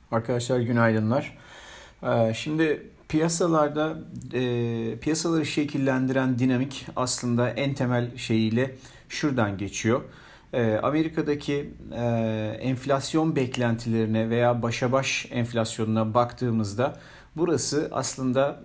Arkadaşlar günaydınlar. Şimdi piyasaları şekillendiren dinamik aslında en temel şeyiyle şuradan geçiyor. Amerika'daki enflasyon beklentilerine veya başa baş enflasyonuna baktığımızda burası aslında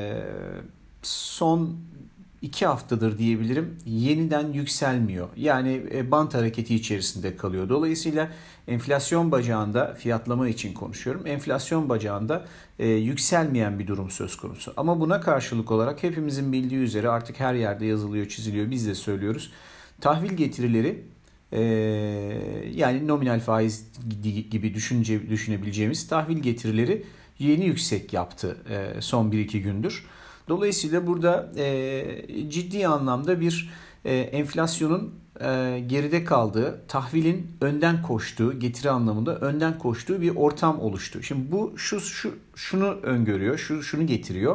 son 2 haftadır diyebilirim yeniden yükselmiyor. Yani bant hareketi içerisinde kalıyor. Dolayısıyla enflasyon bacağında fiyatlama için konuşuyorum. Enflasyon bacağında yükselmeyen bir durum söz konusu. Ama buna karşılık olarak hepimizin bildiği üzere artık her yerde yazılıyor, çiziliyor. Biz de söylüyoruz. Tahvil getirileri yani nominal faiz gibi düşünebileceğimiz tahvil getirileri yeni yüksek yaptı son 1-2 gündür. Dolayısıyla burada ciddi anlamda bir enflasyonun geride kaldığı, tahvilin önden koştuğu, getiri anlamında önden koştuğu bir ortam oluştu. Şimdi bu şunu öngörüyor, şunu getiriyor.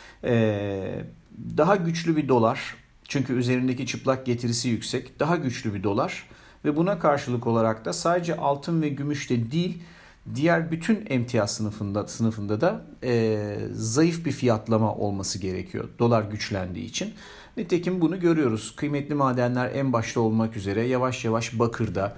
Daha güçlü bir dolar, çünkü üzerindeki çıplak getirisi yüksek, daha güçlü bir dolar ve buna karşılık olarak da sadece altın ve gümüşte değil, diğer bütün emtia sınıfında da zayıf bir fiyatlama olması gerekiyor dolar güçlendiği için. Nitekim bunu görüyoruz. Kıymetli madenler en başta olmak üzere yavaş yavaş bakırda.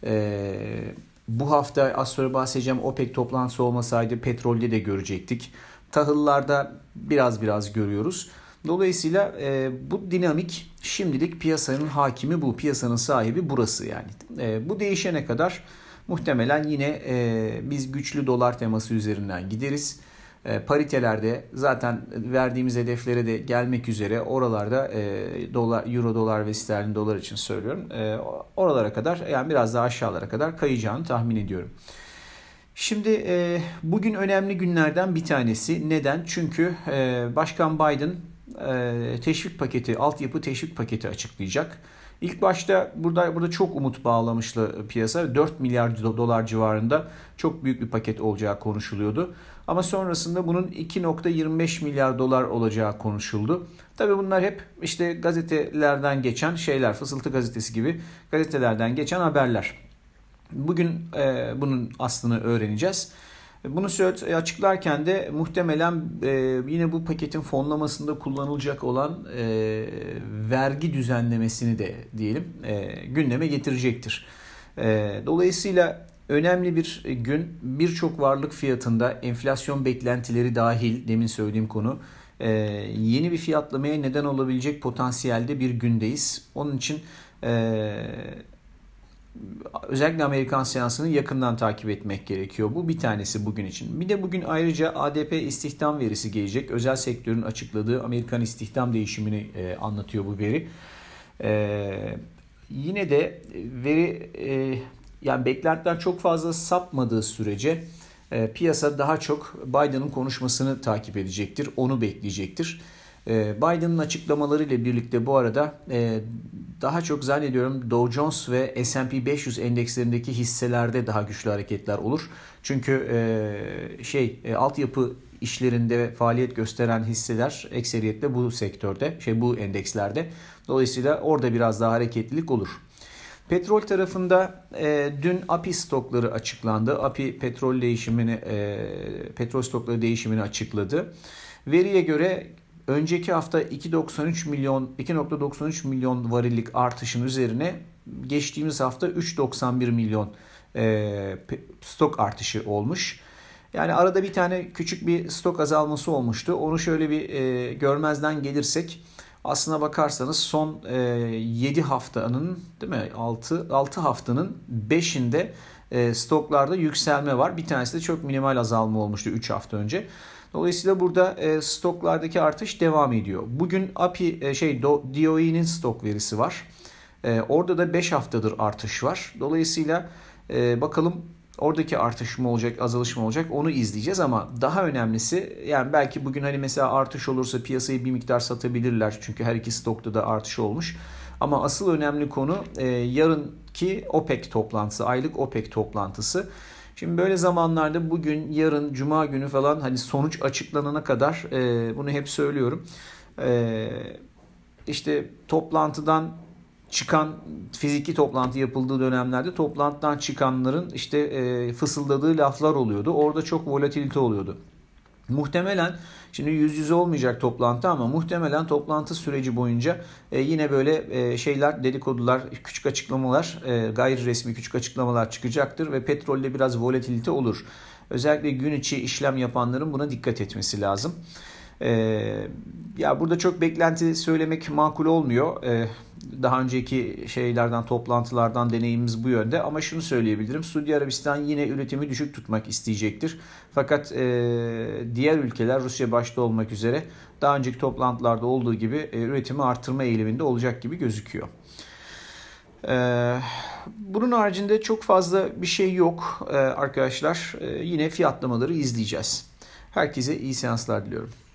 Bu hafta az sonra bahsedeceğim, OPEC toplantısı olmasaydı petrolde de görecektik. Tahıllarda biraz görüyoruz. Dolayısıyla bu dinamik şimdilik piyasanın hakimi bu. Piyasanın sahibi burası yani. Bu değişene kadar muhtemelen yine biz güçlü dolar teması üzerinden gideriz. Paritelerde zaten verdiğimiz hedeflere de gelmek üzere oralarda euro dolar ve sterlin dolar için söylüyorum. Oralara kadar, yani biraz daha aşağılara kadar kayacağını tahmin ediyorum. Şimdi bugün önemli günlerden bir tanesi. Neden? Çünkü Başkan Biden altyapı teşvik paketi açıklayacak. İlk başta burada çok umut bağlamıştı piyasa. 4 milyar dolar civarında çok büyük bir paket olacağı konuşuluyordu. Ama sonrasında bunun 2,25 milyar dolar olacağı konuşuldu. Tabii bunlar hep işte gazetelerden geçen şeyler, Fısıltı Gazetesi gibi gazetelerden geçen haberler. Bugün bunun aslını öğreneceğiz. Bunu açıklarken de muhtemelen yine bu paketin fonlamasında kullanılacak olan vergi düzenlemesini de diyelim gündeme getirecektir. Dolayısıyla önemli bir gün, birçok varlık fiyatında enflasyon beklentileri dahil, demin söylediğim konu, yeni bir fiyatlamaya neden olabilecek potansiyelde bir gündeyiz. Onun için özellikle Amerikan seansını yakından takip etmek gerekiyor. Bu bir tanesi bugün için. Bir de bugün ayrıca ADP istihdam verisi gelecek. Özel sektörün açıkladığı Amerikan istihdam değişimini anlatıyor bu veri. Yine de veri yani beklentiler çok fazla sapmadığı sürece piyasa daha çok Biden'ın konuşmasını takip edecektir. Onu bekleyecektir. Biden'ın açıklamaları ile birlikte bu arada daha çok zannediyorum Dow Jones ve S&P 500 endekslerindeki hisselerde daha güçlü hareketler olur. Çünkü altyapı işlerinde faaliyet gösteren hisseler ekseriyetle bu sektörde, bu endekslerde. Dolayısıyla orada biraz daha hareketlilik olur. Petrol tarafında dün API stokları açıklandı. API petrol stokları değişimini açıkladı. Veriye göre önceki hafta 2,93 milyon varillik artışın üzerine geçtiğimiz hafta 3,91 milyon stok artışı olmuş. Yani arada bir tane küçük bir stok azalması olmuştu. Onu şöyle bir görmezden gelirsek, aslına bakarsanız son 7 haftanın, değil mi? 6 haftanın 5'inde stoklarda yükselme var. Bir tanesi de çok minimal azalma olmuştu 3 hafta önce. Dolayısıyla burada stoklardaki artış devam ediyor. Bugün DOE'nin stok verisi var. Orada da 5 haftadır artış var. Dolayısıyla bakalım oradaki artış mı olacak, azalış mı olacak, onu izleyeceğiz. Ama daha önemlisi, yani belki bugün mesela artış olursa piyasayı bir miktar satabilirler. Çünkü her iki stokta da artış olmuş. Ama asıl önemli konu yarınki OPEC toplantısı, aylık OPEC toplantısı. Şimdi böyle zamanlarda bugün, yarın, cuma günü falan sonuç açıklanana kadar bunu hep söylüyorum. İşte toplantıdan çıkan fiziki toplantı yapıldığı dönemlerde toplantıdan çıkanların işte fısıldadığı laflar oluyordu. Orada çok volatilite oluyordu. Muhtemelen şimdi yüz yüze olmayacak toplantı ama muhtemelen toplantı süreci boyunca yine böyle şeyler, dedikodular, küçük açıklamalar, gayri resmi küçük açıklamalar çıkacaktır ve petrolde biraz volatilite olur. Özellikle gün içi işlem yapanların buna dikkat etmesi lazım. Ya burada çok beklenti söylemek makul olmuyor. Daha önceki şeylerden, toplantılardan deneyimimiz bu yönde. Ama şunu söyleyebilirim. Suudi Arabistan yine üretimi düşük tutmak isteyecektir. Fakat diğer ülkeler, Rusya başta olmak üzere, daha önceki toplantılarda olduğu gibi üretimi artırma eğiliminde olacak gibi gözüküyor. Bunun haricinde çok fazla bir şey yok arkadaşlar. Yine fiyatlamaları izleyeceğiz. Herkese iyi seanslar diliyorum.